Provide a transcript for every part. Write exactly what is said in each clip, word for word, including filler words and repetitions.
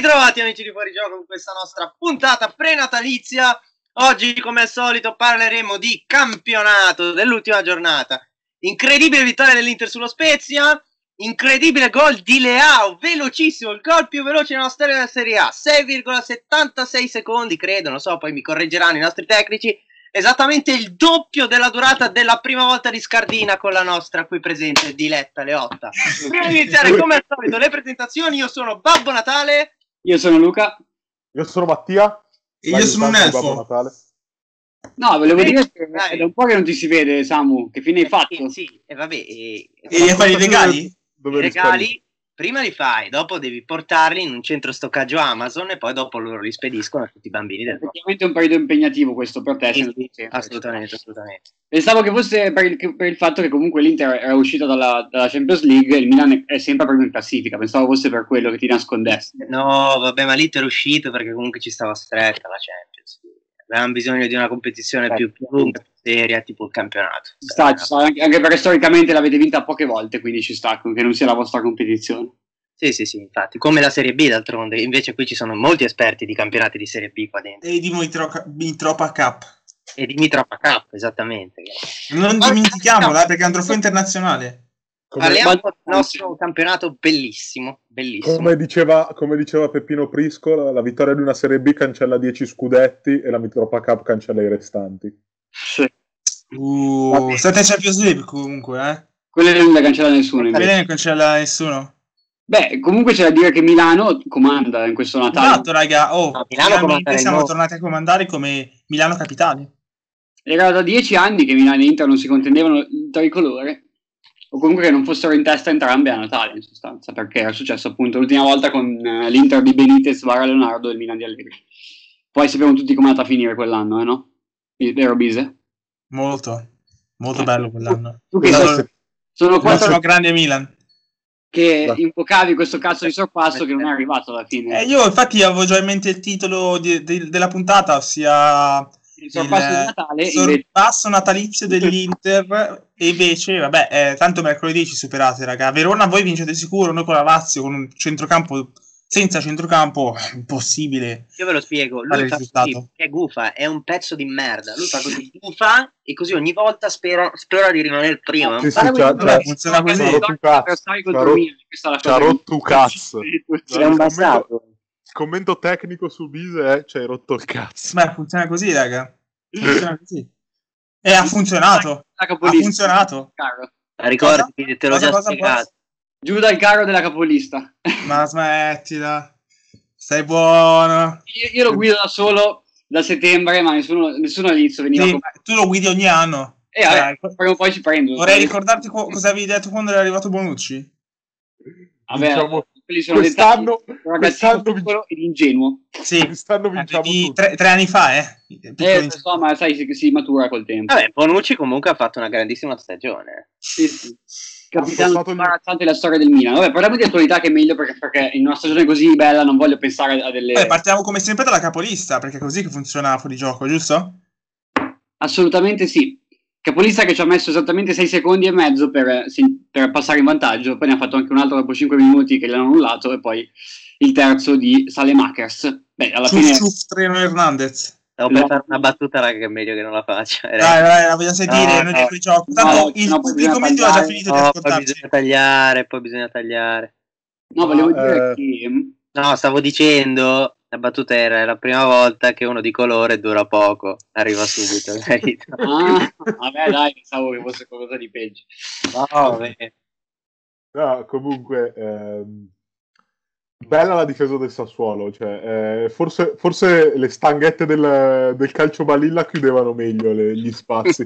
Bentrovati amici di Fuori Gioco in questa nostra puntata prenatalizia. Oggi come al solito parleremo di campionato dell'ultima giornata. Incredibile vittoria dell'Inter sullo Spezia, incredibile gol di Leao, velocissimo, il gol più veloce nella storia della Serie A, sei virgola settantasei secondi credo, non so, poi mi correggeranno i nostri tecnici, esattamente il doppio della durata della prima volta di Scardina con la nostra qui presente Diletta Leotta. Prima di iniziare come al solito le presentazioni, io sono Babbo Natale. Io sono Luca. Io sono Mattia. E io sono un elfo. No, volevo dire che è da un po' che non ti si vede, Samu. Che fine hai fatto? Eh, sì, e vabbè. E, e gli fai i regali? I regali prima li fai, dopo devi portarli in un centro stoccaggio Amazon e poi dopo loro li spediscono a tutti i bambini del mondo. Effettivamente è un periodo impegnativo questo per te. Sì, sì, assolutamente, assolutamente. Pensavo che fosse per il, per il fatto che comunque l'Inter era uscita dalla, dalla Champions League e il Milan è sempre proprio in classifica. Pensavo fosse per quello che ti nascondesse. No, vabbè, ma l'Inter è uscito perché comunque ci stava stretta la Champions. Avevamo bisogno di una competizione eh, più, più lunga, più seria, tipo il campionato. Ci sta, ci sta, anche, anche perché storicamente l'avete vinta poche volte, quindi ci sta che non sia la vostra competizione. Sì, sì, sì, infatti, come la Serie B d'altronde, invece qui ci sono molti esperti di campionati di Serie B qua dentro. E di Mitropa, Mitropa Cup. E di Mitropa Cup, esattamente. Non dimentichiamola, perché è un trofeo internazionale. Come... Parliamo del nostro campionato bellissimo, bellissimo. Come diceva, come diceva Peppino Prisco, la, la vittoria di una Serie B cancella dieci scudetti e la Mitropa Cup cancella i restanti. Sì. Uh, state Champions League comunque, eh? Quelle non le cancella nessuno. Quelle non cancella nessuno. Beh, comunque c'è da dire che Milano comanda in questo Natale. Esatto, raga. Oh, no, finalmente siamo tornati a comandare come Milano Capitale. Era da dieci anni che Milano e Inter non si contendevano il tricolore, o comunque che non fossero in testa entrambe a Natale, in sostanza, perché era successo appunto l'ultima volta con uh, l'Inter di Benitez, Vara Leonardo e il Milan di Allegri. Poi sappiamo tutti come è andata a finire quell'anno, eh, no? Vero, Bise? Molto, molto bello quell'anno. Tu che sono, sono quattro sono grande Milan. Che invocavi questo cazzo di sorpasso che non è arrivato alla fine. Eh, io infatti avevo già in mente il titolo di, di, della puntata, ossia il sorpasso il, di Natale, il sorpasso invece... natalizio dell'Inter. E invece, vabbè, eh, tanto mercoledì ci superate, raga. Verona voi vincete sicuro, noi con la Lazio con un centrocampo senza centrocampo impossibile. Io ve lo spiego, lui fa così, è gufa, è un pezzo di merda. Lui fa così, gufa e così ogni volta spera, spera di rimanere il primo. Sì, sì, c'ha, c'ha, funziona così. C'ha rotto un cazzo. È un bastardo. Il commento tecnico su Bise è c'hai rotto il cazzo. Ma funziona così, raga. Funziona così. E ha funzionato. Ha funzionato. Ricordati che te l'ho cosa, già cosa, spiegato. Cosa? Giù dal carro della capolista. Ma smettila. Stai buono. Io, io lo guido da solo da settembre, ma nessuno, nessuno all'inizio veniva sì, con... Tu lo guidi ogni anno. E eh, vabbè, poi ci prendo. Vorrei ricordarti co- cosa avevi detto quando era arrivato Bonucci. Vabbè, diciamo, quelli sono quest'anno, quest'anno piccolo ed ingenuo. Sì, quest'anno vinciamo di tre, tre anni fa, eh. Eh, lo so, ma sai che si matura col tempo. Vabbè, Bonucci comunque ha fatto una grandissima stagione. Sì, sì. Capitano imbarazzante la storia del Milan. Vabbè, parliamo di attualità che è meglio perché, perché in una stagione così bella non voglio pensare a delle... Beh, partiamo come sempre dalla capolista, perché è così che funziona fuori gioco, giusto? Assolutamente sì. Capolista che ci ha messo esattamente sei secondi e mezzo per, per passare in vantaggio, poi ne ha fatto anche un altro dopo cinque minuti che l'hanno annullato e poi il terzo di Salemakers. Beh, alla ciuf, fine... Ciuf, Treno Hernandez. Stavo per fare una battuta, raga, che è meglio che non la faccia. Dai, dai, dai la voglio sentire, no, non no, fuori gioco. Tanto no, il no, pubblico medio ha già finito no, di ascoltarci. Poi bisogna tagliare, poi bisogna tagliare. No, volevo no, dire eh... che... No, stavo dicendo, la battuta era, è la prima volta che uno di colore dura poco, arriva subito. Ah, vabbè, dai, pensavo che fosse qualcosa di peggio. No, vabbè. No, comunque... Ehm... Bella la difesa del Sassuolo, cioè, eh, forse, forse le stanghette del, del calcio balilla chiudevano meglio le, gli spazi.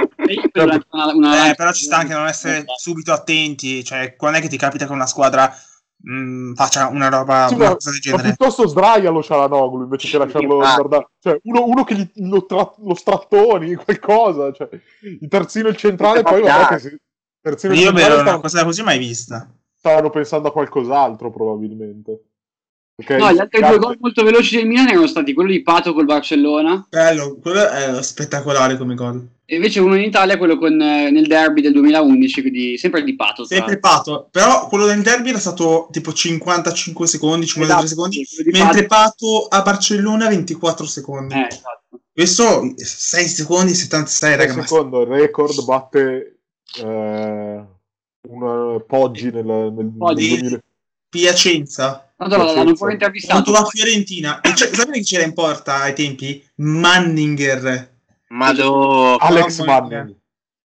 una, una eh, però ci sta anche non essere subito attenti, cioè quando è che ti capita che una squadra mh, faccia una roba, sì, una ma, cosa del ma genere? piuttosto sdraialo Cialanoglu invece che lasciarlo guardare, cioè uno, uno che gli, lo, tra, lo strattoni, qualcosa, cioè il terzino e il centrale, poi vabbè che si, terzino io vedo una stavano, cosa così mai vista. Stavano pensando a qualcos'altro probabilmente. Okay, no, gli altri due gol molto veloci del Milan erano stati quello di Pato col Barcellona. Bello, quello è spettacolare come gol. E invece uno in Italia è quello con, eh, nel derby del duemilaundici, quindi sempre di Pato. tra Sempre l'altro. Pato, però quello del derby era stato tipo cinquantacinque secondi, cinquantatré Esatto, secondi, sì, quello di mentre Pato- Pato a Barcellona ventiquattro secondi. Eh, esatto. Questo sei secondi e settantasei, sei raga, ma secondo, il record batte eh, un Poggi nel, nel, nel Poggi. duemila. Piacenza. Tanto l'hanno Piacenza. pure intervistato. Contro la Fiorentina. E c'è- sapete chi c'era in porta ai tempi? Manninger. Madò. Alex Mamma mia. Manning.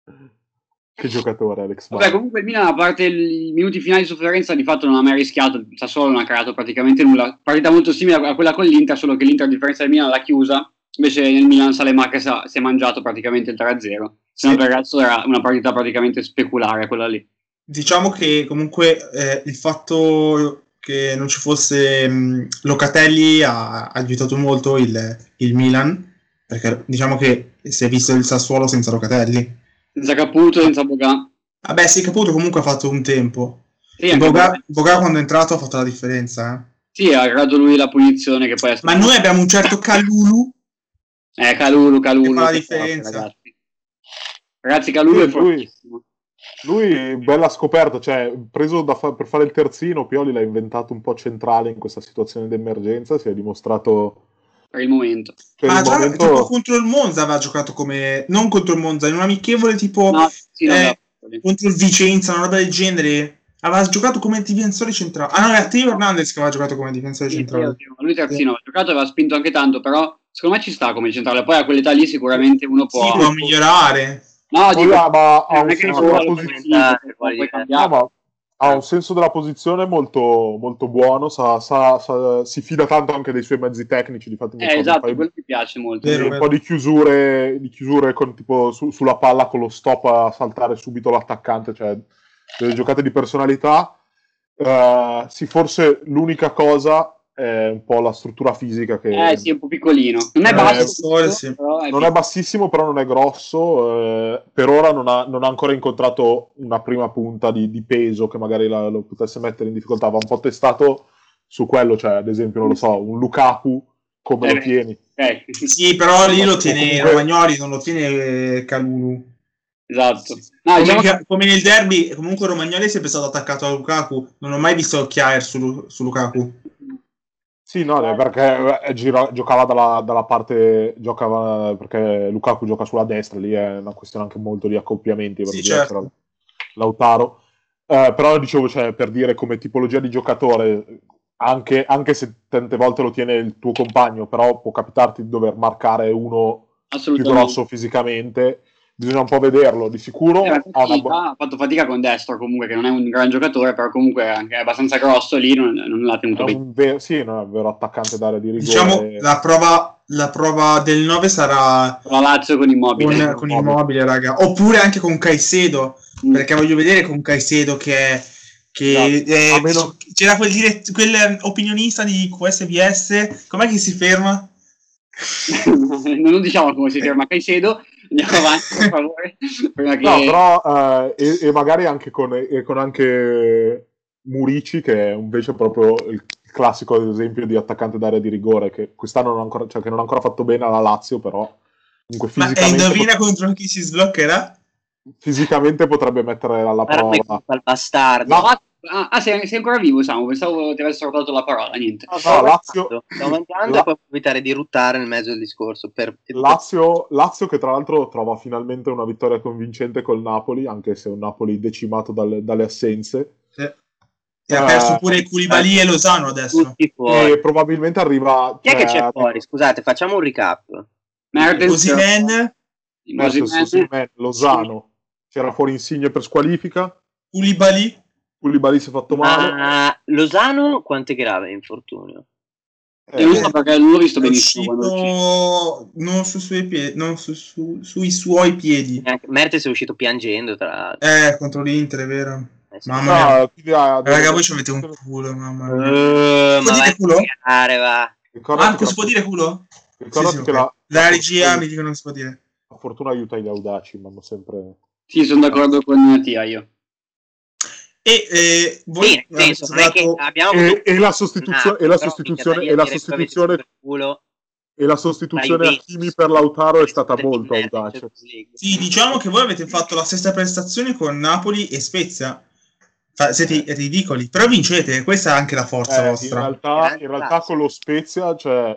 Che giocatore Alex Vabbè, Manning. comunque il Milan, a parte i minuti finali di sofferenza, di fatto non ha mai rischiato. Il Sassuolo non ha creato praticamente nulla. Partita molto simile a quella con l'Inter, solo che l'Inter, a differenza del Milan, l'ha chiusa. Invece nel Milan Salemaker si è mangiato praticamente il tre a zero. Se no, Sì. per il resto era una partita praticamente speculare quella lì. Diciamo che comunque eh, il fatto che non ci fosse mh, Locatelli ha, ha aiutato molto il, il Milan, perché diciamo che si è visto il Sassuolo senza Locatelli. Senza Caputo, senza Boga. Vabbè, si è capito, comunque ha fatto un tempo. Sì, E anche Boga, Boga. Boga quando è entrato ha fatto la differenza. Eh. Sì, ha creato lui la punizione che poi è Ma noi abbiamo un certo Calulu. Eh, Calulu, Calulu. Che fa la che differenza. forte, ragazzi. Ragazzi, Calulu Sì, è fortissimo. Lui, bella scoperta, cioè preso da fa- per fare il terzino, Pioli l'ha inventato un po' centrale in questa situazione d'emergenza, si è dimostrato Per il momento. per Ma il già momento... tipo contro il Monza aveva giocato come... Non contro il Monza, in un amichevole tipo... No, sì, no, eh, no. contro il Vicenza, una roba del genere. Aveva giocato come difensore centrale. Ah no, era Teo Hernandez che aveva giocato come difensore Sì, centrale. sì, lui terzino, ha giocato, aveva spinto anche tanto, però secondo me ci sta come centrale. Poi a quell'età lì sicuramente uno può... Sì, può migliorare. No, Poi dico, ha, ma ha non un è che senso non della lo posizione, posizione, puoi quali puoi di- cambiare. no, ma ha un senso della posizione molto, molto buono, sa, sa- sa- si fida tanto anche dei suoi mezzi tecnici, difatti mi Eh, ricordo esatto, un paio quello di- mi piace molto. Vero, un vero. po' di chiusure, di chiusure con, tipo, su- sulla palla con lo stop a saltare subito l'attaccante, cioè delle giocate di personalità. Eh, sì, forse l'unica cosa è un po' la struttura fisica che Eh sì, è un po' piccolino. Non è Eh, basso, sì. però è non è piccolo. bassissimo, però non è grosso. Eh, per ora non ha, non ha ancora incontrato una prima punta di, di peso che magari la- lo potesse mettere in difficoltà. Va un po' testato su quello, cioè ad esempio, non lo so, un Lukaku, come Eh, lo tieni? eh, Sì, però lì lo tiene Comunque- Romagnoli, non lo tiene eh, Calulu. esatto. No, Come, diciamo che- come nel derby, comunque Romagnoli è sempre stato attaccato a Lukaku. Non ho mai visto Kjaer su, Lu- su Lukaku. Sì, no, eh, perché eh, gira- giocava dalla, dalla parte, giocava perché Lukaku gioca sulla destra, lì è una questione anche molto di accoppiamenti, per Sì, dire, certo. c'era Lautaro. Eh, però dicevo, cioè, per dire come tipologia di giocatore, anche, anche se tante volte lo tiene il tuo compagno, però può capitarti di dover marcare uno più assolutamente. grosso fisicamente, bisogna un po' vederlo. Di sicuro Eh, ha una infatti, bu- ha fatto fatica con destro comunque, che non è un gran giocatore, però comunque è anche abbastanza grosso lì, non, non l'ha tenuto è bene. un ve- sì, no, è un vero attaccante d'area di rigore. Diciamo la prova, la prova del nove sarà La Lazio con Immobile. con, con Immobile, raga. Oppure anche con Caicedo. Mm. Perché voglio vedere con Caicedo che è. Che Esatto. è- A meno- c'era quel, dirett- quel eh, opinionista di Q S B S. Com'è che si ferma? Non diciamo come si ferma Caicedo, andiamo avanti per favore. Prima che... No, però eh, e, e magari anche con, e con anche Murici, che è invece proprio il classico ad esempio di attaccante d'area di rigore, che quest'anno non ha ancora, cioè, che non ha ancora fatto bene alla Lazio, però comunque Ma e fisicamente, indovina contro chi si sbloccherà? fisicamente potrebbe mettere alla Guarda come prova. fa il bastardo. No. Ah, ah, sei, sei ancora vivo, Samu, pensavo ti avessero dato la parola, niente. No, stavo No, Lazio- mangiando, stavo mangiando La- e poi puoi evitare di ruttare nel mezzo del discorso. Per... Lazio, Lazio che tra l'altro trova finalmente una vittoria convincente col Napoli, anche se è un Napoli decimato dalle, dalle assenze. E ha Eh, perso pure Koulibaly e Lozano adesso. Tutti fuori. E probabilmente arriva... Chi è che cioè, c'è fuori? Scusate, facciamo un recap. Mertens, Osimhen, Mertens, Osimhen, Osimhen, Lozano, c'era fuori Insigne per squalifica, Koulibaly. Koulibaly si è fatto male. Ma Lozano quanto è grave infortunio? e non so Eh, perché non l'ho visto È benissimo quando è uscito. uscito non, su suoi piedi, non su, su- sui suoi piedi. Neanche- Mertens è uscito piangendo tra l'altro. Eh, contro l'Inter, è vero. Eh, sì. Mamma mia. no, quindi ha- Raga, voi ci avete un culo, mamma mia. Eh, Può ma dire vai culo? a cagare, va. Ricordati Marco, che si la- può dire culo? ricordati Sì, sì, che ok. la, La la regia fortuna, mi dicono non si può dire. la fortuna aiuta gli audaci, ma hanno sempre... Sì, sono d'accordo con Tia io. E eh, voi Sì, nel senso, non è che dato... abbiamo avuto E, e la sostituzione, Napoli, e la però sostituzione, mica e da la dire che avete sostituzione, super culo. e la sostituzione a Kimi per Lautaro è stata molto Champions audace. League. Sì, diciamo che voi avete fatto la stessa prestazione con Napoli e Spezia. Fa- siete ridicoli, però vincete, questa è anche la forza Eh, in vostra. realtà, in realtà con lo Spezia, cioè,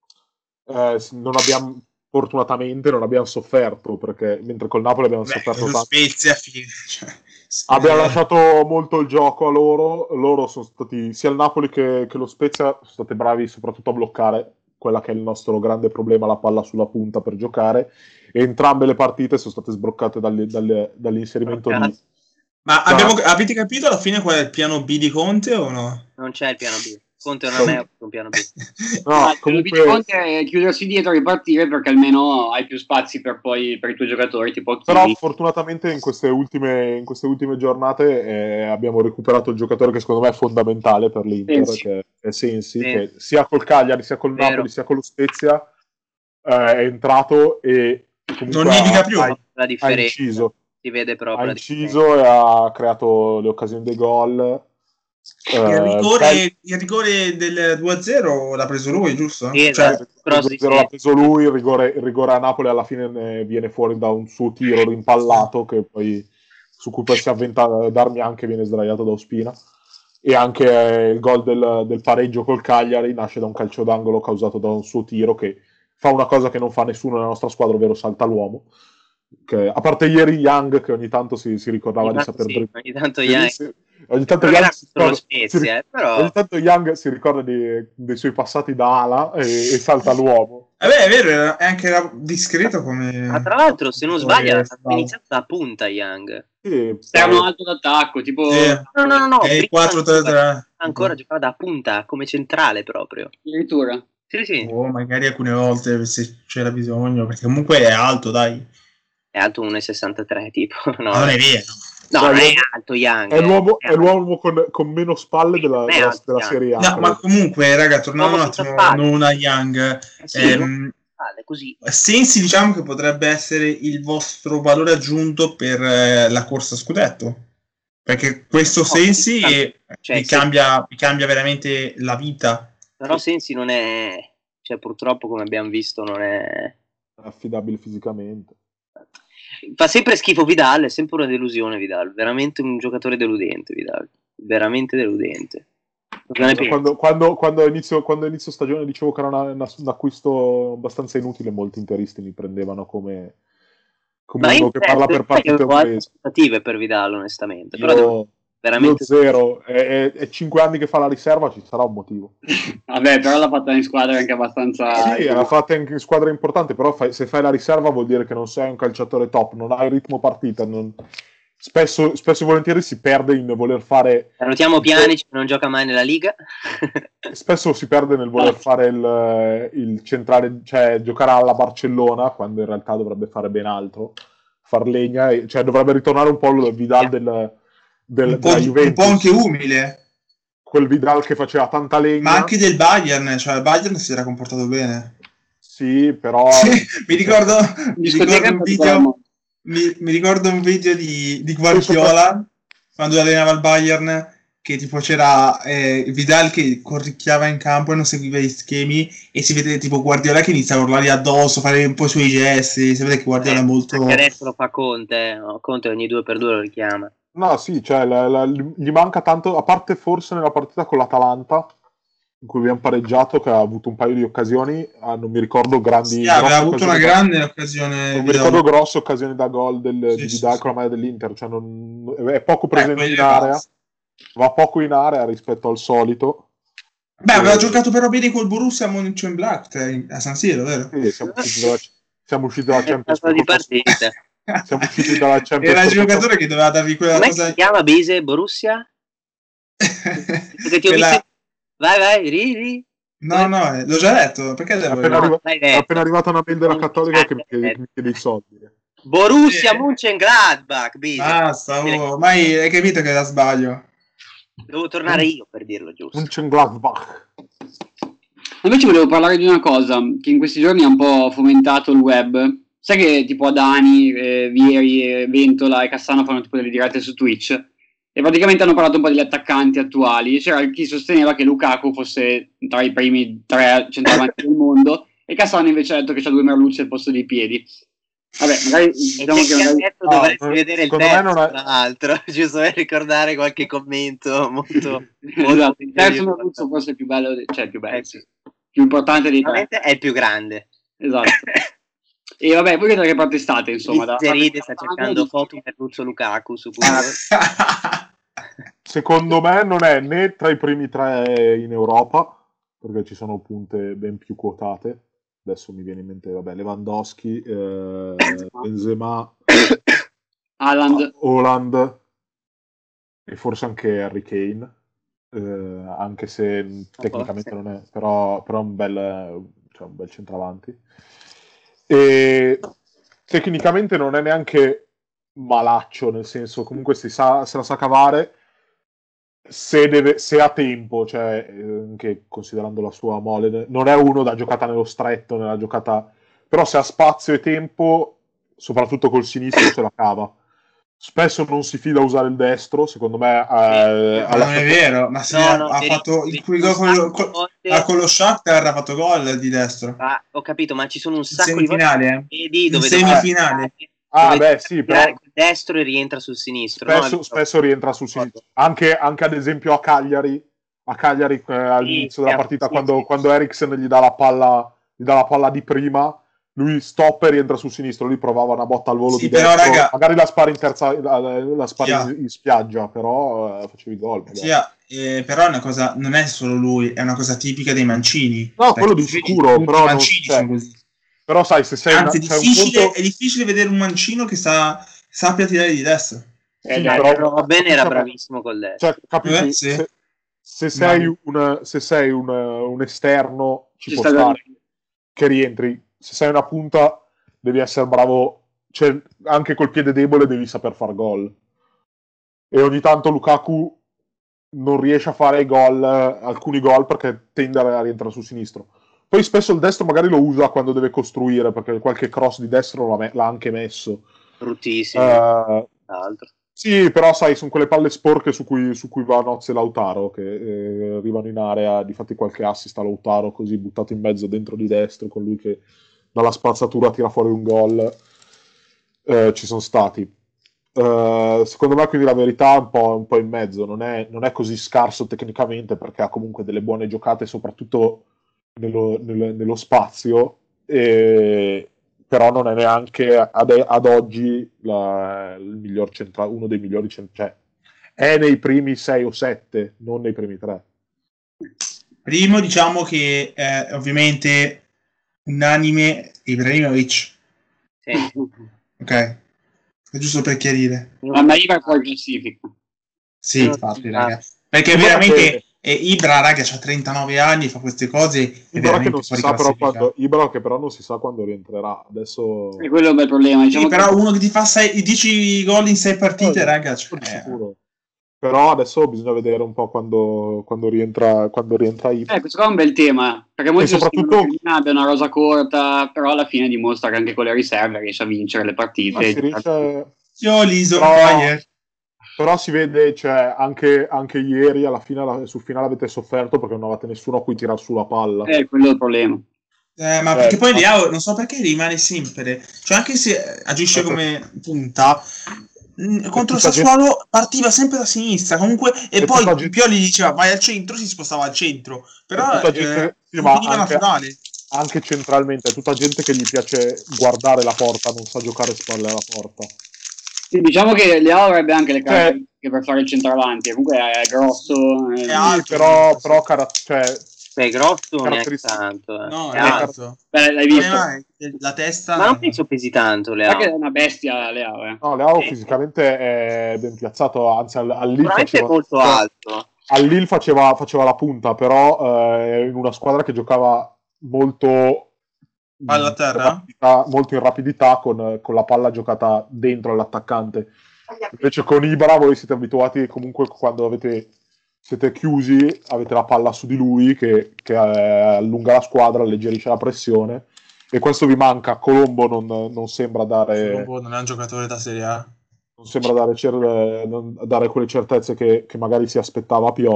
eh, non abbiamo, fortunatamente non abbiamo sofferto, perché mentre col Napoli abbiamo Beh, sofferto lo tanto. Spezia fine, cioè, Abbiamo eh, lasciato molto il gioco a loro, loro sono stati, sia il Napoli che, che lo Spezia, sono stati bravi soprattutto a bloccare quella che è il nostro grande problema, la palla sulla punta per giocare, e entrambe le partite sono state sbloccate dalle- dalle- dall'inserimento di... Ma No. abbiamo- avete capito alla fine qual è il piano B di Conte o no? Non c'è il piano B. Conte non è un piano B. No, Ah, il comunque... Conte è chiudersi dietro e ripartire, perché almeno hai più spazi per, poi, per i tuoi giocatori, tipo Però Kimi. fortunatamente in queste ultime, in queste ultime giornate eh, abbiamo recuperato il giocatore che secondo me è fondamentale per l'Inter, Sensi. che è Sensi, Sì. che sia col Cagliari, sia col Vero. Napoli, sia con lo Spezia eh, è entrato e comunque Non nevica ha, più. ha, La ha differenza inciso. si vede proprio. Ha la inciso e ha creato le occasioni dei gol. Il Eh, rigore, bel- il rigore del due a zero l'ha preso lui, giusto? Sì, Cioè, esatto. Però sì, il zero l'ha sì. preso lui, il rigore, il rigore a Napoli alla fine ne viene fuori da un suo tiro rimpallato che poi, su cui poi si avventa Darmian, che viene sdraiato da Ospina, e anche eh, il gol del, del pareggio col Cagliari nasce da un calcio d'angolo causato da un suo tiro che fa una cosa che non fa nessuno nella nostra squadra, ovvero salta l'uomo. Che, a parte ieri Young, che ogni tanto si, si ricordava Ogni di tanto saper sì, dribbare. ogni tanto Sì, Young- sì. Ogni tanto Però Young era si contro lo ricorda- si Spezia, ric- eh, però- ogni tanto Young si ricorda di- dei suoi passati da ala e, e salta l'uomo. Vabbè, è vero, era- è anche era discreto come... Ma tra l'altro, se non sbaglio, era Bravo. iniziato da punta Young. Sì, Esterno però- alto d'attacco, tipo Sì. No, no, no, no. È il prima quattro tre tre. ancora, ancora giocava da punta, come centrale proprio. addirittura. Sì, sì. Oh, magari alcune volte se c'era bisogno, perché comunque è alto, dai. È alto uno virgola sessantatré tipo. No, Ma non è vero. no, Cioè, non è l'uomo- alto Young. È l'uomo, è è l'uomo con, con meno spalle della, Non è della, alto, della Young. Serie A. No, ma comunque, raga, tornando un Uomo senza attimo spalle. non a Young, Eh sì, ehm, no? Spalle, così. Sensi diciamo che potrebbe essere il vostro valore aggiunto per eh, la corsa a scudetto. Perché questo No, Sensi cioè, eh, cioè, vi, sì. cambia, vi cambia veramente la vita. Però Sensi non è... Cioè, purtroppo, come abbiamo visto, non è... È affidabile fisicamente. Fa sempre schifo Vidal, è sempre una delusione Vidal. Veramente un giocatore deludente Vidal. Veramente deludente. Cosa ne pensi? Quando, quando, quando, a inizio, quando a inizio stagione dicevo che era una- una- un acquisto abbastanza inutile, molti interisti mi prendevano come, come Ma uno in che parla per partite avevo altre inglesi. aspettative per Vidal, onestamente. Però devo- Io, veramente... io zero, è, è, è cinque anni che fa la riserva, ci sarà un motivo. Vabbè, però l'ha fatta in squadra anche abbastanza... Sì, l'ha fatta anche in squadra importante, però fai- se fai la riserva vuol dire che non sei un calciatore top, non hai ritmo partita, non- spesso, spesso e volentieri si perde in voler fare... Salutiamo Pjanic che non gioca mai nella Liga. Spesso si perde nel voler fare il, il centrale, cioè giocare alla Barcellona, quando in realtà dovrebbe fare ben altro, far legna, e- cioè dovrebbe ritornare un po' il Vidal del, del, Un po', della di- Juventus, un po' anche umile, quel Vidal che faceva tanta legna. ma anche del Bayern, cioè il Bayern si era comportato bene. Sì, però... mi ricordo, mi Discoteca ricordo un in video, Palermo. mi, mi ricordo un video di, di Guardiola quando allenava il Bayern, che tipo c'era eh, Vidal che corricchiava in campo e non seguiva gli schemi, e si vede tipo Guardiola che inizia a urlargli addosso, fare un po' i suoi gesti. Si vede che Guardiola Eh, è molto... Anche adesso lo fa Conte. No? Conte ogni due per due lo richiama. No, sì, cioè, la- la- gli manca tanto, a parte forse nella partita con l'Atalanta, in cui abbiamo pareggiato, che ha avuto un paio di occasioni, ah, non mi ricordo grandi... Sì, aveva grosse avuto una occasioni da- grande occasione. Non mi Vidal. ricordo grosse occasioni da gol del, Sì, di sì, Vidal sì. con la maglia dell'Inter, cioè non- è poco Eh, presente quelli in le area, basta. va poco in area rispetto al solito. Beh, aveva Eh, giocato però bene col Borussia Mönchengladbach a San Siro, vero? Sì, siamo usciti dalla, siamo usciti dalla È Champions stato di per colpa sua. partita. Siamo usciti dalla Champions Era il per colpa giocatore che doveva darvi quella Come cosa. si chiama Bise? Borussia? Perché ti ho Quella- visto... Vai, vai, ridi. No, no, eh, l'ho già detto. Perché devo appena, No, arriva- l'hai è detto. appena arrivata una mail della Non Cattolica che mi l'hai chiede, detto. che mi chiede i soldi. Borussia Sì. Mönchengladbach, Bise. Basta, oh, ormai hai capito che la sbaglio. Devo tornare io per dirlo giusto. Mönchengladbach. Invece volevo parlare di una cosa che in questi giorni ha un po' fomentato il web. Sai che tipo Adani, eh, Vieri, eh, Ventola e Cassano fanno tipo delle dirette su Twitch e praticamente hanno parlato un po' degli attaccanti attuali. C'era chi sosteneva che Lukaku fosse tra i primi tre centravanti del mondo e Cassano invece ha detto che c'ha due merluzzi al posto dei piedi. Vabbè, magari diciamo che magari... Adesso Ah, dovresti eh, vedere il secondo me terzo, non è- tra l'altro, giusto per ricordare qualche commento molto... esatto, il terzo misterioso. merluzzo forse è più bello, de- cioè più bello, Eh sì. più importante dei tre. Sicuramente è il più grande. Esatto. E vabbè, voi da che parte state, insomma? Da Mister Ride sta parte- cercando foto per Luzzo Lukaku su Google. Secondo me non è né tra i primi tre in Europa, perché ci sono punte ben più quotate. Adesso mi viene in mente, vabbè, Lewandowski, eh, Benzema, Haaland. Haaland e forse anche Harry Kane, eh, anche se tecnicamente non è, però, però è un bel, cioè un bel centravanti. E tecnicamente non è neanche malaccio, nel senso comunque si sa, se la sa cavare se, deve, se ha tempo, cioè anche considerando la sua mole, non è uno da giocata nello stretto, nella giocata, però se ha spazio e tempo, soprattutto col sinistro, se la cava. Spesso non si fida a usare il destro, secondo me. Eh, Ma non è vero, ma se No, ha, no, ha vedi- fatto il vedi cui un gol con, sacco con, di volte- ah, con lo Shakhtar ha fatto gol di destro. Ah, ho capito, ma ci sono un In sacco di volte semifinale, eh. vedi In dove semifinale. Ah, dove beh, sì, però tirare col destro e rientra sul sinistro. no? spesso, spesso rientra sul sinistro. Anche, anche ad esempio a Cagliari, a Cagliari eh, all'inizio della certo, partita, sì, quando, sì. quando Eriksen gli dà la palla, gli dà la palla di prima, lui stoppa e rientra sul sinistro. Lui provava una botta al volo Sì, di però, destro, raga- magari la spara in terza, la, la spara Sì, in, in spiaggia, però eh, facevi gol. magari. Sì, ah, eh, però è una cosa, non è solo lui, è una cosa tipica dei mancini. No, Perché quello di vedi, sicuro, tutti però i non- mancini cioè, sono così. Però sai, se sei Anzi, è una, c'è un difficile, conto... è difficile vedere un mancino che sa, sappia tirare di destra. Sì, dai, però Robben era cioè, bravissimo col destro. Cioè, capisci? Eh, sì. Se, se sei, Immagino. un, se sei un, un esterno, ci, Ci può sta da stare che rientri. Se sei una punta, devi essere bravo. Cioè, anche col piede debole devi saper far gol. E ogni tanto Lukaku non riesce a fare i gol, alcuni gol, perché tende a rientrare sul sinistro. Poi spesso il destro magari lo usa quando deve costruire, perché qualche cross di destro l'ha, me- l'ha anche messo. Bruttissimo, Eh, tra l'altro. sì, però sai, sono quelle palle sporche su cui, su cui va Nozze Lautaro, che eh, arrivano in area, difatti qualche assist a Lautaro, così buttato in mezzo dentro di destro, con lui che dalla spazzatura tira fuori un gol, eh, ci sono stati. Eh, secondo me quindi la verità è un po', un po' in mezzo, non è, non è così scarso tecnicamente, perché ha comunque delle buone giocate, soprattutto nello, nello- nello spazio, e però non è neanche ad, ad oggi la- il miglior centrale, uno dei migliori centrali, cioè è nei primi sei o sette, non nei primi tre. Primo, diciamo che è ovviamente unanime Ibrahimovic, Sì. ok? È giusto per chiarire. Ma ma Ibra fuori classifica. Sì, No, infatti, ah. raga. Perché Guarda veramente che- eh, Ibra, raga, ha trentanove anni, fa queste cose, è Ibra che veramente non si fuori sa però classifica. quando, Ibra che però non si sa quando rientrerà. Adesso E quello è un bel problema. Diciamo Sì, però che... uno che ti fa sei, dieci gol in sei partite, Eh, raga, di cioè, sicuro. Però adesso bisogna vedere un po' quando, quando rientra quando rientra Ibra. Eh, questo qua è un bel tema, perché molti E soprattutto- sostengono che Milan abbia una rosa corta, però alla fine dimostra che anche con le riserve riesce a vincere le partite. Ma si riesce, io liso Però- fire. però si vede, cioè, anche, anche ieri alla fine, la- sul finale avete sofferto perché non avete nessuno a cui tirare su la palla. Eh, quello è il problema. Eh, ma Eh, perché poi ma- Leao non so perché rimane sempre, cioè anche se agisce Eh, come punta mh, contro il tutta Sassuolo partiva sempre da sinistra comunque e E poi tutta gente- Pioli diceva vai al centro, si spostava al centro, però tutta eh, gente- sì, non ma finiva anche- naturale. Anche centralmente, è tutta gente che gli piace guardare la porta, non sa giocare spalle alla porta. Sì, diciamo che Leao avrebbe anche le Cioè- caratteristiche per fare il centravanti, comunque è grosso. eh, È Sì, alto, però, sì. però cara- cioè, Beh, grosso neanche Caratteristiche- tanto. Eh. No, È è alto. alto. Beh, l'hai Il visto? problema è che la testa Ma non penso pesi tanto, Leo. Sa che è una bestia Leao, eh. no, Leao Sì. fisicamente è ben piazzato, anzi al, al Lille Sicuramente è faceva, molto cioè, alto. al Lille faceva, faceva la punta, però eh, in una squadra che giocava molto Palla a terra? in rapidità, molto in rapidità con, con la palla giocata dentro all'attaccante. Invece con Ibra voi siete abituati comunque quando avete, siete chiusi, avete la palla su di lui che, che eh, allunga la squadra, alleggerisce la pressione, e questo vi manca. Colombo non, non sembra dare Colombo non è un giocatore da Serie A. non sembra dare, cer- non- dare quelle certezze che, che magari si aspettava Pioli,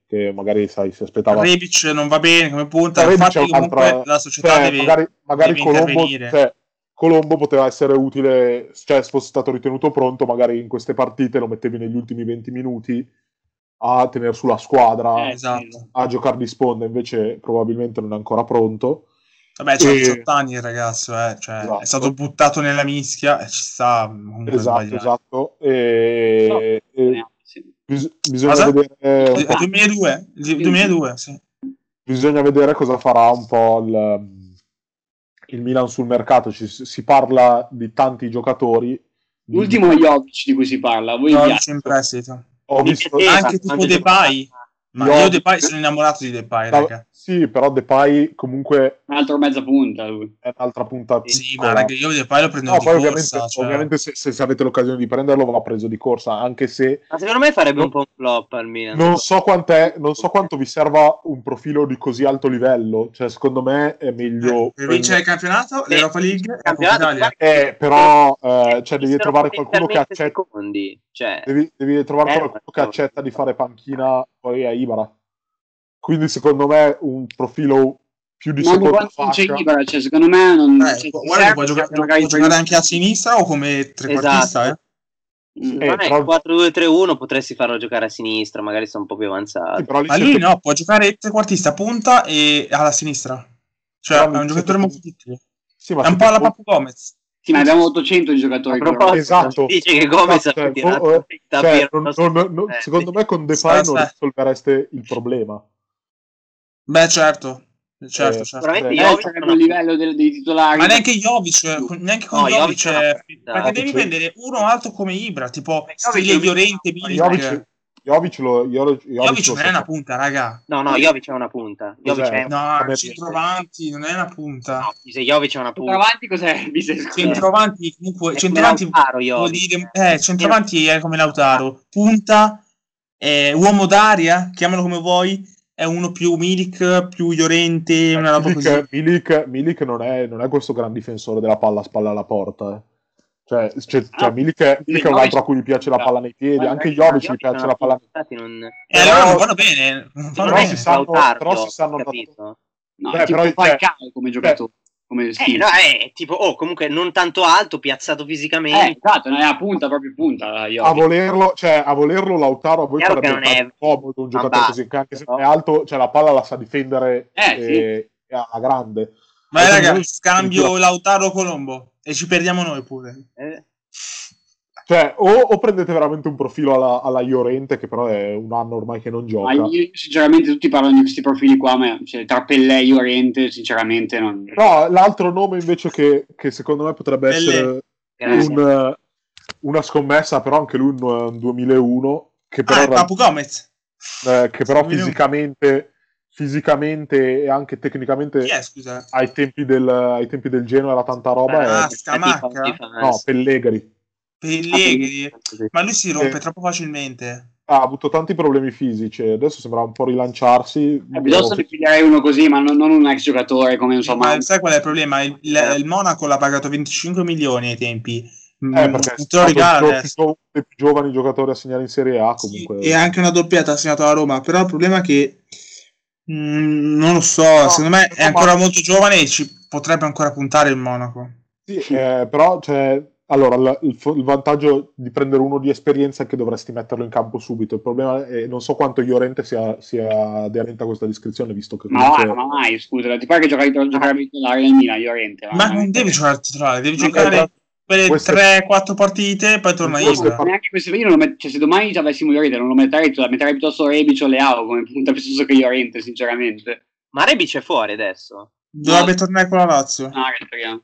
che magari sai si aspettava Rebic non va bene come punta, Rebic infatti è comunque un'altra- la società cioè, deve, magari, magari deve Colombo, intervenire. cioè, Colombo poteva essere utile, cioè se fosse stato ritenuto pronto magari in queste partite lo mettevi negli ultimi venti minuti a tenere sulla squadra, Eh, Esatto. a giocare di sponda, invece probabilmente non è ancora pronto. Vabbè, c'ha E- diciotto anni il ragazzo, eh. Cioè, Esatto. è stato buttato nella mischia e ci sta comunque a Esatto, sbagliare. esatto. E, No, e sì. bis- bisogna Cosa? vedere un È po', duemiladue, il duemiladue, sì. bisogna vedere cosa farà un po' il, il Milan sul mercato. Ci, si parla di tanti giocatori. L'ultimo è Jovic di cui si parla. Voi No, vi c'è in prestito. Ho Mi visto piaceva Anche tipo quando Depay. giocava- Ma Io- io Depay sono innamorato di Depay, No, raga. sì, però Depay comunque un altro mezza punta lui. è un'altra punta Sì, piccola. ma raga, io Depay lo prendo No, di poi corsa. ovviamente, Cioè... ovviamente se, se- se avete l'occasione di prenderlo va preso di corsa, anche se Ma secondo me farebbe No. un po' un flop al Milan. non so quant'è, non so quanto vi serva un profilo di così alto livello. Cioè, secondo me è meglio Eh, per vincere il campionato, Sì, l'Europa League e la Coppa campionato, Italia. Eh, però eh, cioè, devi Esistono trovare qualcuno che potenzialmente accetta. secondi. Cioè, Devi, devi trovare Eh, qualcuno ma- che accetta di fare panchina poi a Ibara. Quindi, secondo me, un profilo più di Ma anche seconda quando c'è fascia. Ibra, cioè, secondo me non Eh, cioè, guarda che serve può, gioca- che magari può giocare anche a sinistra o come trequartista, Esatto. eh? Mm. Eh, non è però- il quattro due tre uno, potresti farlo giocare a sinistra, magari sta un po' più Sì, avanzato. però lì Ma siete- lui no, può giocare trequartista, punta e alla sinistra. Cioè, Però è un lì giocatore siete- molto piccolo. sì, ma È un siete po' alla molto- Papu Gomez. Sì, ma abbiamo ottocento di A giocatori. proposito, Esatto. si dice che Gomez Esatto, ha cioè, tirato oh, il cioè, tapiro non- addosso non- ai non- difensori. secondo me con Depay Sta- non sta- risolvereste il problema. Beh, certo. Certo, Eh, certo. Sicuramente Beh, Eh, Jovic sarebbe non il ha- livello del- dei titolari. Ma neanche Jovic, con- neanche con No, Jovic, Jovic non ha eh, punta. perché devi Jovic- prendere uno alto come Ibra, tipo Jovic stile lo- Llorente, no, Milik. Jovic, Jovic lo, Jovic, Jovic lo non è una punta, raga. No, no, Jovic è una punta. Jovic Cos'è? è No, Come- centrovanti, non è una punta. No, se Jovic è una punta. Avanti cos'è? Mi sei scusato. Centrovanti comunque, È centrovanti come Lautaro, vuol Jovic. dire, eh, centrovanti è come Lautaro, punta, eh, uomo d'aria, chiamalo come vuoi, è uno più Milik, più Llorente, una roba così. Milik, Milik, Milik non, è, non è questo gran difensore della palla a spalla alla porta. eh. Cioè, cioè, cioè Ah, Milik, è, Milik è un altro a cui gli piace la palla nei piedi. Anche Jovic gli piace la palla nei Infatti non... E allora non vanno bene, non vanno però bene. si sa- sanno- Lautaro, però si Jovic, sanno- capito? No, Beh, è tipo però, cioè- Falcao come giocatore, come Eh, stile. no, è tipo, oh, comunque non tanto alto, piazzato Eh, fisicamente. esatto, non è a punta, proprio punta. Io. a volerlo, cioè, a volerlo Lautaro a voi Chiaro farebbe che non è tanto comodo un una giocatore base, così, che anche se però. è alto, cioè la palla la sa difendere Eh, e, e alla grande. Vai E raga, quindi- scambio Lautaro Colombo e ci perdiamo noi pure. Eh, Cioè, o, o prendete veramente un profilo alla, alla Llorente, che però è un anno ormai che non Ma gioca. io, sinceramente, tutti parlano di questi profili qua, ma cioè, tra Pellè e Llorente, sinceramente, non. No, l'altro nome invece che, che secondo me potrebbe Pellè. essere grazie. un, una scommessa, però anche lui un, un duemilauno, che però, Ah, è Papu Gomez. eh, che però duemilauno. fisicamente, fisicamente e anche tecnicamente Chi è, scusa? ai tempi del, ai tempi del Genoa era tanta roba. Ah, e- Scamacca? no, Pellegrini. Pellegrini. Sì. Ma lui si rompe Eh. troppo facilmente. Ha avuto tanti problemi fisici, adesso sembra un po' rilanciarsi. Eh, piuttosto ne piglierei uno così, ma non, non un ex giocatore come insomma. Ma sai qual è il problema? Il, il- il Monaco l'ha pagato venticinque milioni ai tempi. Mm, Eh, perché è non te lo stato regala uno adesso. dei più giovani giocatori a segnare in Serie A comunque. Sì, e anche una doppiata assegnata alla Roma. Però il problema è che mm, non lo so, secondo me è no, ancora ma- molto giovane e ci potrebbe ancora puntare il Monaco. Sì, eh, però cioè, allora, il, il fo- il vantaggio di prendere uno di esperienza è che dovresti metterlo in campo subito. Il problema è non so quanto Llorente sia, sia aderente a questa descrizione, visto che Ma comunque... va, ma mai, scusa, ti pare che giocavi giocherebbe titolare nel Milan, Llorente? Ma non devi giocare al titolare, devi Non giocare deve- quelle queste- tre quattro partite e poi torna queste Ibra. par- Neanche questo, io non lo met- cioè, se domani avessimo Llorente non lo metterei, cioè, metterei piuttosto Rebic o Leao come punta piuttosto che Llorente, sinceramente. Ma Rebic è fuori adesso. Dovrebbe tornare con la Lazio. No, che speriamo.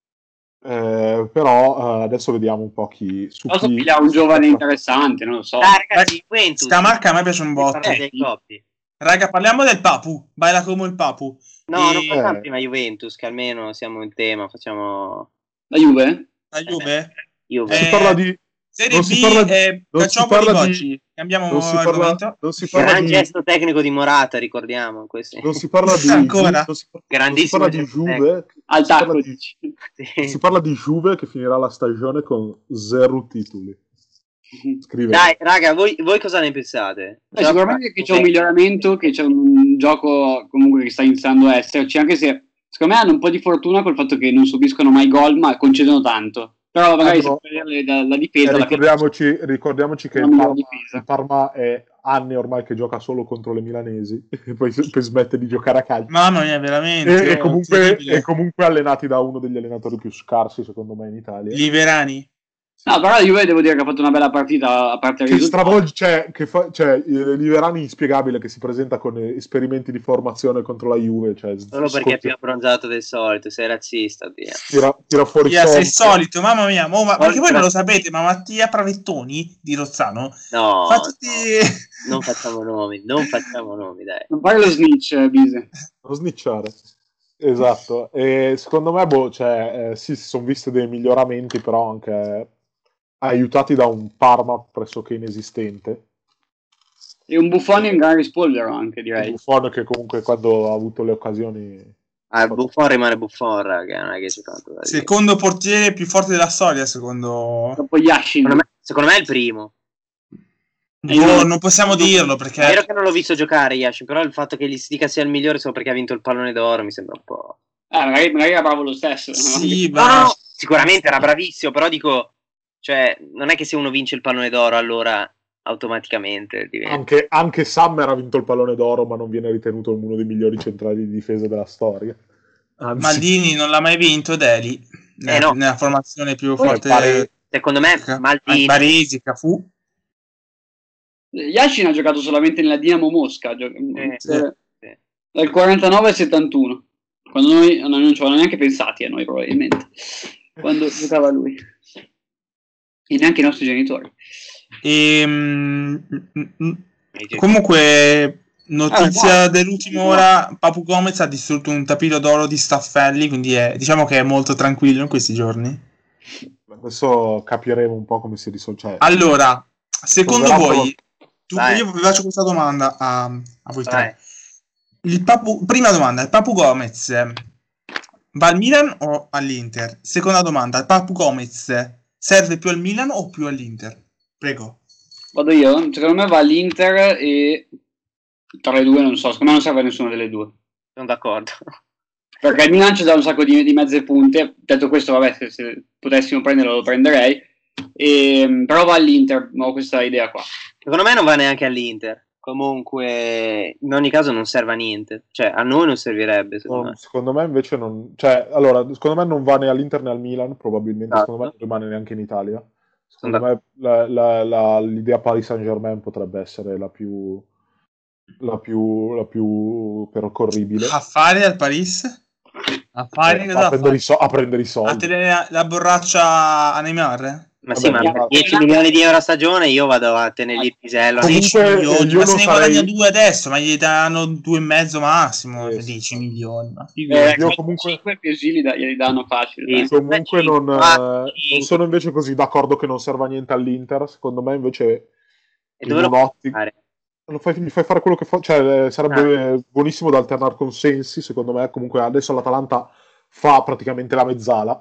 Eh, però eh, adesso vediamo un po' chi... Su Posso chi... pigliare un giovane interessante, non lo so. Dai, ragazzi, Juventus. Scamacca a me piace un botto. Parlate dei coppi. Raga, parliamo del Papu. Baila come il Papu. No, E- non facciamo prima Juventus, che almeno siamo in tema, facciamo La Juve? La Juve? Juve. Si Eh, parla di... Serie non si B parla di- e non si Calciopoli parla di- Gocci. Cambiamo Non si argomento. parla, non si parla Gran di... gesto tecnico di Morata, ricordiamo. Questi. Non si parla di... Ancora? Non si, non si Grandissimo parla di gesto Juve... Al si parla tacco, di- dici. Sì. Si parla di Juve che finirà la stagione con zero titoli. Scrive. Dai, raga, voi, voi cosa ne pensate? Beh, sicuramente che c'è un miglioramento, che c'è un gioco comunque che sta iniziando a esserci, anche se secondo me hanno un po' di fortuna col fatto che non subiscono mai gol, ma concedono tanto. Però magari Hanno- se vedere la, la difesa... Eh, alla ricordiamoci, ricordiamoci che Una il migliore Parma, difesa. il Parma è anni ormai che gioca solo contro le milanesi e poi, poi smette di giocare a calcio. Mamma mia, veramente. E, e oh, comunque, terribile. e comunque allenati da uno degli allenatori più scarsi, secondo me, in Italia. Gli Verani. No, però la Juve devo dire che ha fatto una bella partita a parte il Che risultato. stravolge, cioè, che fa, cioè eh, Liverani inspiegabile che si presenta con eh, esperimenti di formazione contro la Juve. Cioè, Solo perché è più abbronzato del solito, sei razzista, Dio. tira, tira fuori Via, sei soldi. solito, mamma mia. Mo, ma, perché voi non lo sapete, ma Mattia Pravettoni di Rozzano No, fa tutti... no, non facciamo nomi, non facciamo nomi, dai. Non fare lo snitch, eh, Bise. Non snitchare. Esatto. E secondo me, boh, cioè, eh, sì, si sono visti dei miglioramenti, però anche aiutati da un Parma pressoché inesistente. E un Buffon in gran rispolvero anche, direi. Buffon che comunque quando ha avuto le occasioni... Ah, il Buffon rimane Buffon, raga, non è che c'è tanto da dire. Secondo portiere più forte della storia, secondo... Dopo Yashin. Secondo me, secondo me è il primo. Boh, non possiamo dirlo, perché... È vero che non l'ho visto giocare Yashin, però il fatto che gli si dica sia il migliore solo perché ha vinto il pallone d'oro mi sembra un po'... Eh, magari, magari era bravo lo stesso. Sì, No, ma... no, sicuramente era bravissimo, però dico... Cioè, non è che se uno vince il pallone d'oro allora automaticamente diventa... Anche, anche Summer ha vinto il pallone d'oro, ma non viene ritenuto uno dei migliori centrali di difesa della storia. Anzi, Maldini non l'ha mai vinto ed è lì, nella, Eh, no. nella formazione più Poi forte... pare- Secondo me Maldini... Baresi, Cafù. Yashin ha giocato solamente nella Dinamo Mosca, gio- Eh, eh, sì. dal quarantanove al settantuno, quando noi, noi non ci avevamo neanche pensati a noi probabilmente, quando giocava lui. E neanche i nostri genitori. E, mm, mm, mm, comunque, notizia Ah, no. dell'ultima ora: Papu Gomez ha distrutto un tapiro d'oro di Staffelli. Quindi è, diciamo che è molto tranquillo in questi giorni. adesso capiremo un po' come si risolve. Cioè, Allora, secondo Troverà voi, tu, Vai. io vi faccio questa domanda a, a voi Vai. tre. Il Papu, prima domanda: il Papu Gomez eh, va al Milan o all'Inter? Seconda domanda: il Papu Gomez serve più al Milan o più all'Inter? Prego. Vado io? Secondo me va all'Inter e tra le due non so, secondo me non serve a nessuna delle due. Sono d'accordo. Perché il Milan ci dà un sacco di, di mezze punte. Detto questo, vabbè, se, se potessimo prenderlo lo prenderei. E, però va all'Inter, ho questa idea qua. Secondo me non va neanche all'Inter. Comunque, in ogni caso non serve a niente. Cioè, a noi non servirebbe, secondo no, me. secondo me invece non... Cioè, allora, secondo me non va né all'Inter né al Milan, probabilmente. Esatto. Secondo me non rimane neanche in Italia. Sono Secondo me la- la- la- l'idea Paris Saint-Germain potrebbe essere la più... la più, la più percorribile. A fare al Paris? A fare Eh, cosa a, da prendere fare? i so- a prendere i A soldi. tenere la, la borraccia a Neymar? Ma sì, Vabbè, ma ma- per dieci milioni di euro a stagione io vado a tenergli il pisello. Comunque, dieci milioni, io ma se non ne sarei- guadagna due adesso, ma gli danno due e mezzo massimo. Yes. dieci milioni, ma Eh, figurati. io comunque- cinque più Gili da- glieli danno facile. Sì. dai. Comunque non, quattro, eh, cinque. non sono invece così d'accordo che non serva niente all'Inter. Secondo me invece E in dove lo un'ottica- fare? lo fai, mi fai fare quello che fa, cioè eh, sarebbe eh, buonissimo da alternare con Sensi, secondo me. Comunque adesso l'Atalanta fa praticamente la mezzala.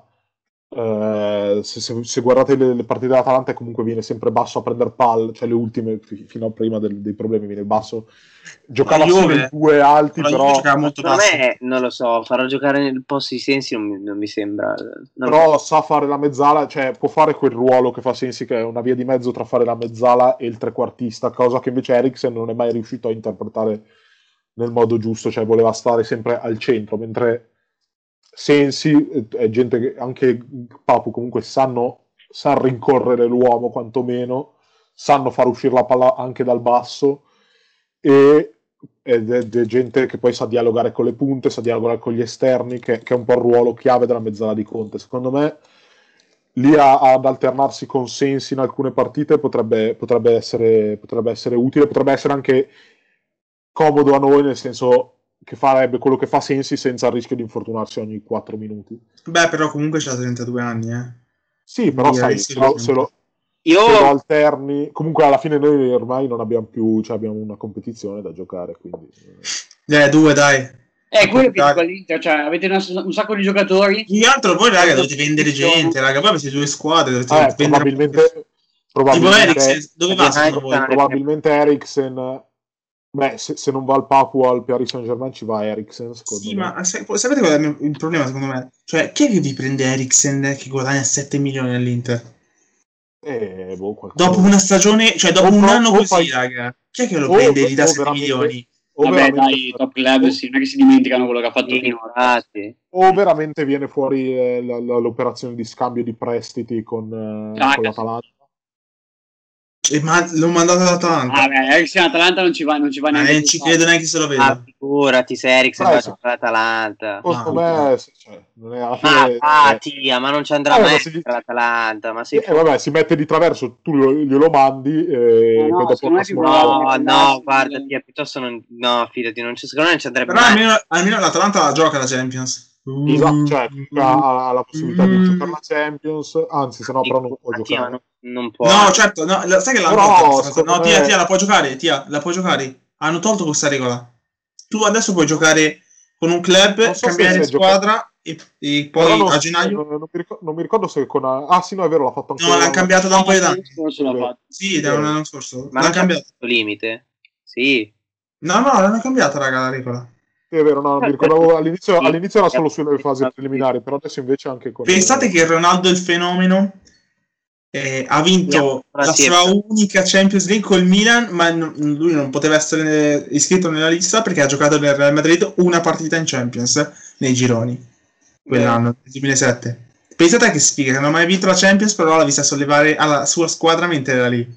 Eh, se, se- se guardate le, le partite dell'Atalanta comunque viene sempre basso a prendere palla, cioè le ultime fi- fino a prima del- dei problemi viene basso. Giocava La Juve- solo in due alti, la Juve però, giocava molto Secondo basso. me, non lo so, farò giocare nel posto di Sensi non mi, non mi sembra... non- però sa fare la mezzala, cioè può fare quel ruolo che fa Sensi, che è una via di mezzo tra fare la mezzala e il trequartista, cosa che invece Eriksen non è mai riuscito a interpretare nel modo giusto, cioè voleva stare sempre al centro, mentre Sensi eh, è gente che anche Papu comunque sanno, sa rincorrere l'uomo quantomeno, sanno far uscire la palla anche dal basso e ed è, ed è gente che poi sa dialogare con le punte, sa dialogare con gli esterni, che, che è un po' il ruolo chiave della mezzala di Conte. Secondo me lì a- ad alternarsi con Sensi in alcune partite potrebbe, potrebbe essere, potrebbe essere utile, potrebbe essere anche comodo a noi, nel senso che farebbe quello che fa Sensi senza il rischio di infortunarsi ogni quattro minuti. Beh, però comunque c'ha trentadue anni, eh. Sì, però Sì, sai, sì, se lo, sì. se lo- Io... se lo alterni, comunque alla fine noi ormai non abbiamo più, cioè abbiamo una competizione da giocare, quindi eh. Eh, due, dai. Eh, quello che dico all'Inter, cioè avete una- un sacco di giocatori. Più che altro voi, raga, dovete vendere gente, raga. Voi avete due squadre, dovete Eh, vendere... probabilmente, probabilmente, Eriksen, dove va secondo voi? probabilmente Eriksen, beh, se, se non va al Papu al Paris Saint-Germain ci va Eriksen, secondo Sì, me. ma sa- sapete qual è il, mio- il problema secondo me? Cioè, chi è che vi prende Eriksen che guadagna sette milioni all'Inter? Eh, boh, qualcuno... Dopo una stagione, cioè dopo O un pro- anno o così, fai- raga. Chi è che lo o- prende e gli dà o sette veramente- milioni? o Vabbè, veramente- dai, top club, o- sì, non è che si dimenticano quello che ha fatto Sì, finora. infatti. o veramente viene fuori eh, la- la- l'operazione di scambio di prestiti con, eh, Ah, con l'Atalanta. E ma l'ho mandato all'Atalanta. Ah, beh, Eriksen Atalanta non ci va, non ci va Ma neanche. non ci credo neanche se lo vedo. Ah, figurati se Eriksen Dai, va sì. a l'Atalanta. Secondo Ah, me, cioè, non è alla Ma fine... ah, eh, tia, ma non ci andrà Eh, mai ma se gli- per l'Atalanta, ma sei eh, vabbè, si mette di traverso, tu lo- glielo mandi e Eh, no, poi dopo secondo me passiamo più alla- probabile- No, no, Sì, guarda, sì. tia, piuttosto non... No, fidati, non ci, secondo me non ci andrebbe Però mai. almeno, almeno l'Atalanta la gioca la Champions. Esatto, cioè ha, ha la possibilità di Mm. giocare la Champions, anzi se no però non può Ma tia, giocare. non, non può. No, certo, no, la- sai che l'hanno Però, tolta questa cosa? secondo No, me- tia, tia, la puoi giocare, tia, la puoi giocare. Hanno tolto questa regola. Tu adesso puoi giocare con un club, Non so cambiare se si è squadra e, e Però poi non, a gennaio... non, non mi ricordo, non mi ricordo se con... Ah sì, no, è vero, l'ha fatto ancora. No, l'hanno cambiato da un paio d'anni. Scorso l'ha fatto. Sì, da un anno scorso. Ma L'hanno non c'è cambiato. questo limite? Sì. No, no, l'hanno cambiata, raga, la regola. Sì, è vero, no, mi ricordavo all'inizio, Sì. all'inizio era solo sulle fasi preliminari, però adesso invece anche con... Pensate che Ronaldo il fenomeno eh, ha vinto Sì, la sì, sua sì. unica Champions League col Milan, ma n- lui non poteva essere iscritto nella lista perché ha giocato nel Real Madrid una partita in Champions nei gironi quell'anno, nel duemilasette. Pensate che sfiga, che non ha mai vinto la Champions, però l'ha vista sollevare alla sua squadra mentre era lì.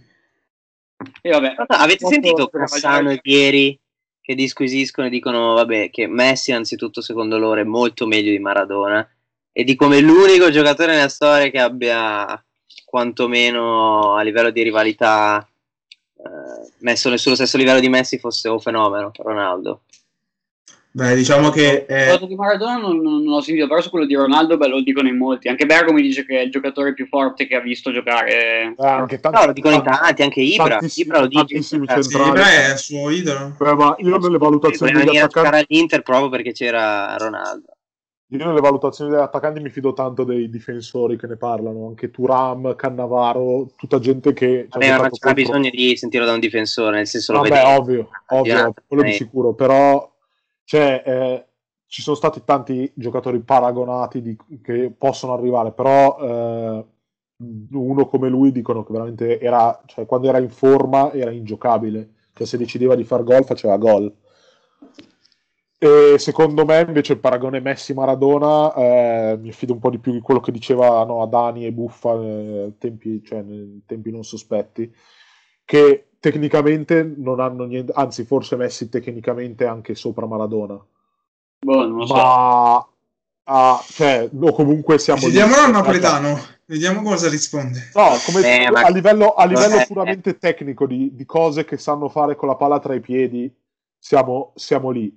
E vabbè, Avete dopo sentito per Cassano e sbagliare- Pieri che disquisiscono e dicono vabbè che Messi anzitutto secondo loro è molto meglio di Maradona e di come l'unico giocatore nella storia che abbia quantomeno a livello di rivalità eh, messo sullo stesso livello di Messi fosse un fenomeno, Ronaldo. Beh, diciamo che Il eh, voto di Maradona non, non, non l'ho sentito, però su quello di Ronaldo beh, lo dicono in molti. Anche Bergomi dice che è il giocatore più forte che ha visto giocare. Eh, anche tanti, No, lo dicono in tanti- tanti, anche Ibra. tantissimi- Ibra lo dice. tantissimi Cazzo, sì, centrali. Ibra è il suo idolo. Beh, ma io nelle valutazioni voleva degli venire a giocare attaccanti, all'Inter proprio perché c'era Ronaldo. io nelle valutazioni degli attaccanti mi fido tanto dei difensori che ne parlano, anche Thuram, Cannavaro, tutta gente che ci ha Vabbè, ma non giocato c'era contro. bisogno di sentirlo da un difensore, nel senso lo Vabbè, vedevi. ovvio, ovvio, quello di sicuro, però cioè, eh, ci sono stati tanti giocatori paragonati di- che possono arrivare, però eh, uno come lui dicono che veramente era, cioè, quando era in forma era ingiocabile, cioè se decideva di far gol faceva gol. E secondo me invece il paragone Messi-Maradona eh, mi fido un po' di più di quello che diceva no, Adani e Buffa eh, tempi, cioè, nei tempi non sospetti, che tecnicamente non hanno niente, anzi forse Messi tecnicamente anche sopra Maradona, Boh, non lo so. ma ah, cioè, no, comunque siamo lì. Chiediamolo al napoletano, vediamo cosa risponde. No, come Eh, ma- a livello, a livello Eh, puramente tecnico di, di cose che sanno fare con la palla tra i piedi, siamo, siamo lì.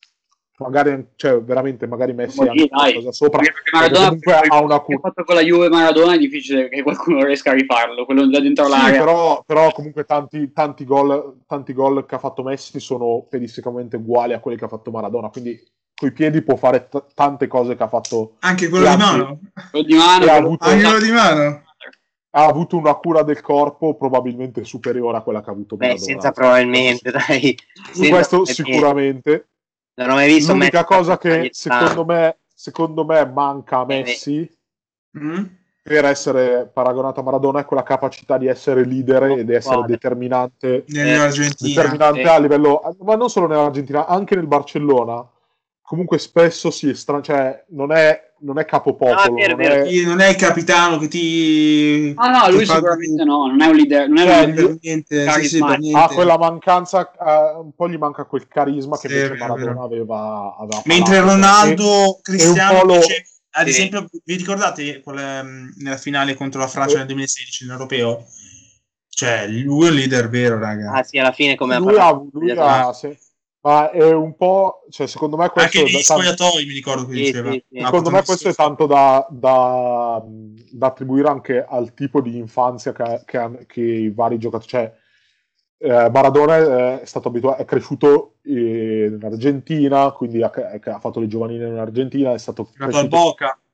Magari, cioè, veramente, magari Messi Sì, anche dai. qualcosa sopra. Perché Maradona, comunque ha una che ha cura. fatto con la Juve Maradona è difficile che qualcuno riesca a rifarlo, quello da dentro Sì, l'area. però, però comunque tanti, tanti gol tanti gol che ha fatto Messi sono pedisticamente uguali a quelli che ha fatto Maradona, quindi coi piedi può fare t- tante cose che ha fatto. Anche quello e di anzi, mano. Quello di mano, e ha quello- avuto, Anche quello di mano. ha avuto una cura del corpo probabilmente superiore a quella che ha avuto Beh, Maradona. senza probabilmente, dai. Su Senza questo probabilmente. sicuramente. Non ho mai visto L'unica Messi cosa fare che secondo me, secondo me manca a Eh, Messi Mm? per essere paragonato a Maradona è quella capacità di essere leader ed essere Guarda. determinante, Nell'Argentina. determinante sì. a livello, ma non solo nell'Argentina, anche nel Barcellona. Comunque spesso si estra- cioè non è, non è capopopolo, No, è vero, non è vero. è- Chi- Non è il capitano che ti... Ah no, ti lui fa- sicuramente no, non è un leader, non è Cioè, un leader. per niente, sì, sì, carismatico. per niente. ha quella mancanza, eh, un po' gli manca quel carisma che Sì, invece è vero, Maradona vero. aveva, aveva Mentre parlato. Ronaldo, E- Cristiano, e un po' lo- invece, ad Sì. esempio, vi ricordate quella, mh, nella finale contro la Francia Eh. nel duemilasedici in europeo? Cioè, lui è un leader vero, raga. Ah sì, alla fine come ha lui ha, parlato. lui ha- sì. Ma è un po', cioè secondo me questo Anche è negli tanto- spogliatoi mi ricordo che Sì, diceva. sì, sì. Ha secondo fatto me un questo è discorso- tanto da, da, da attribuire anche al tipo di infanzia che, che, han- che i vari giocatori, cioè eh, Maradona è stato abituato, è cresciuto eh, in Argentina, quindi ha, ha fatto le giovanili in Argentina, è stato giocato al cresciuto, Boca.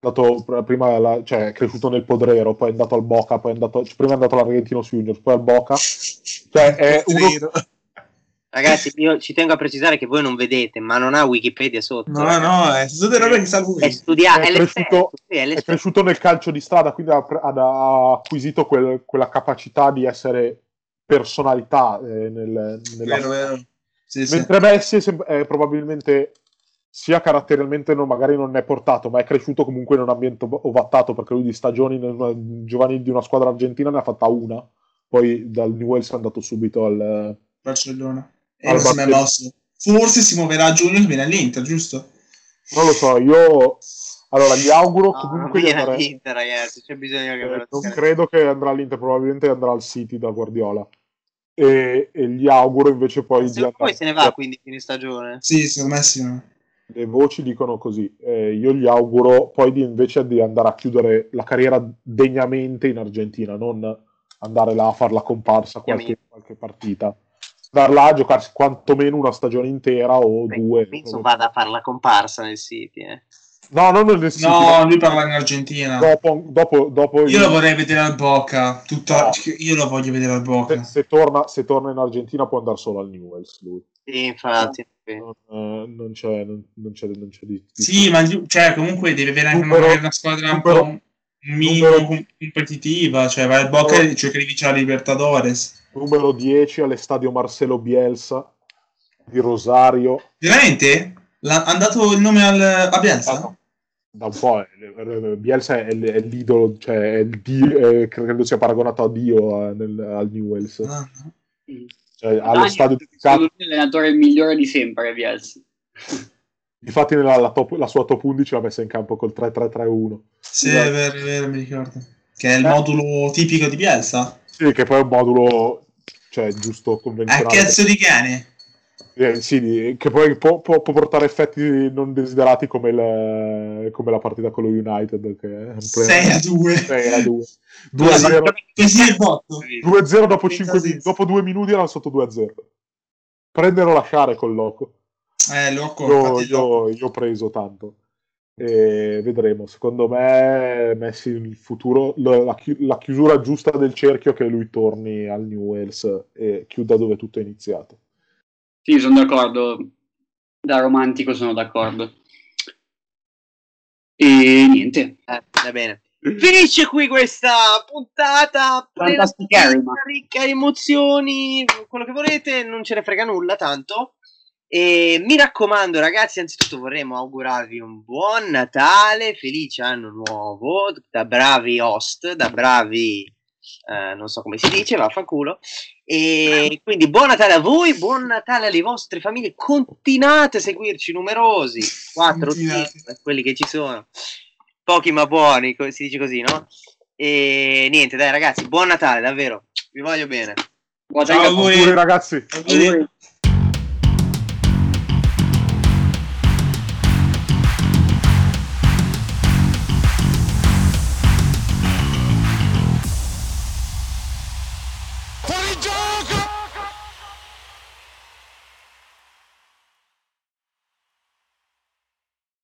Dato prima la, cioè, è cresciuto nel Podrero, poi è andato al Boca, poi è andato, cioè, prima è andato all'Argentinos Juniors, poi al Boca. Cioè, è uno... Ragazzi, io ci tengo a precisare che voi non vedete, ma non ha Wikipedia sotto. No, ragazzi. no, è tutte robe che sa lui. È studiato, è, è, cresciuto, sì, è, è cresciuto nel calcio di strada, quindi ha, ha acquisito quel, quella capacità di essere personalità eh, nel, nella... Vero, vero. Sì, Mentre sì. Messi è, sem- è probabilmente sia caratterialmente non, magari non è portato, ma è cresciuto comunque in un ambiente ovattato, perché lui di stagioni nel giovanile di una squadra argentina ne ha fatta una, poi dal Newell's è andato subito al Barcellona. E al non si è mai Barcellona. mosso. Forse si muoverà a giugno e viene all'Inter, giusto? Non lo so, io allora gli auguro No, comunque non di viene andare... all'Inter, ragazzi, c'è bisogno che ve eh, lo non dicano. credo che andrà all'Inter, probabilmente andrà al City da Guardiola, e, e gli auguro invece poi di Secondo voi andare... se ne va quindi fine stagione? Sì, secondo me sì. No? Le voci dicono così. Eh, io gli auguro poi di, invece di andare a chiudere la carriera degnamente in Argentina, non andare là a far la comparsa qualche, qualche partita. Andare là a giocarsi quantomeno una stagione intera o Beh, due. penso vada a fare la comparsa nel City, eh. No, non nel City. No, lui parla in Argentina. Dopo, dopo, dopo Io il... lo vorrei vedere al Boca. Tutta... No. Io lo voglio vedere al Boca. Se, se, torna, se torna in Argentina può andare solo al Newell's lui. Sì, infatti. Non, eh, non, c'è, non, non, c'è, non c'è di, di Sì, ma cioè, comunque deve avere anche numero, una, una squadra numero, un po' un minimo numero, competitiva. Cioè, vai al Boca e cerca di vincere la Libertadores. Numero dieci all'estadio Marcelo Bielsa di Rosario. Veramente? Hanno dato il nome al, a Bielsa? Ah, no. Da un po', eh, Bielsa è, è l'idolo, cioè è il dio, eh, credo sia paragonato a Dio eh, nel, al Newell's. Ah, no. Cioè, allo stadio dedicato... l'allenatore migliore di sempre, Bielsa. Infatti nella la top, la sua top undici l'ha messa in campo col tre tre tre uno. Sì, è vero, è vero, mi ricordo. Che è il eh. modulo tipico di Bielsa? Sì, che poi è un modulo, cioè, giusto, convenzionale. A cazzo di cane! Eh, sì, che poi può, può, può portare effetti non desiderati come, il, come la partita con lo United che è sei a due sei a due due a zero due a zero dopo cinque minuti, dopo due minuti erano sotto due a zero. Prendere o lasciare col loco. Eh, loco, io, io, io ho preso tanto e vedremo. Secondo me Messi il futuro, la, la chiusura giusta del cerchio è che lui torni al Newell's e chiuda dove tutto è iniziato. Sì, sono d'accordo. Da romantico sono d'accordo. E niente. Eh, va bene. Finisce qui questa puntata fantastica, ricca di emozioni, quello che volete, non ce ne frega nulla tanto. E mi raccomando, ragazzi, anzitutto vorremmo augurarvi un buon Natale, felice anno nuovo, da bravi host, da bravi eh, non so come si dice, vaffanculo. E quindi buon Natale a voi, buon Natale alle vostre famiglie, continuate a seguirci numerosi, quattro, cinque, quelli che ci sono, pochi ma buoni, si dice così, no? E niente, dai ragazzi, buon Natale, davvero, vi voglio bene. Ciao a voi ragazzi. Auguri.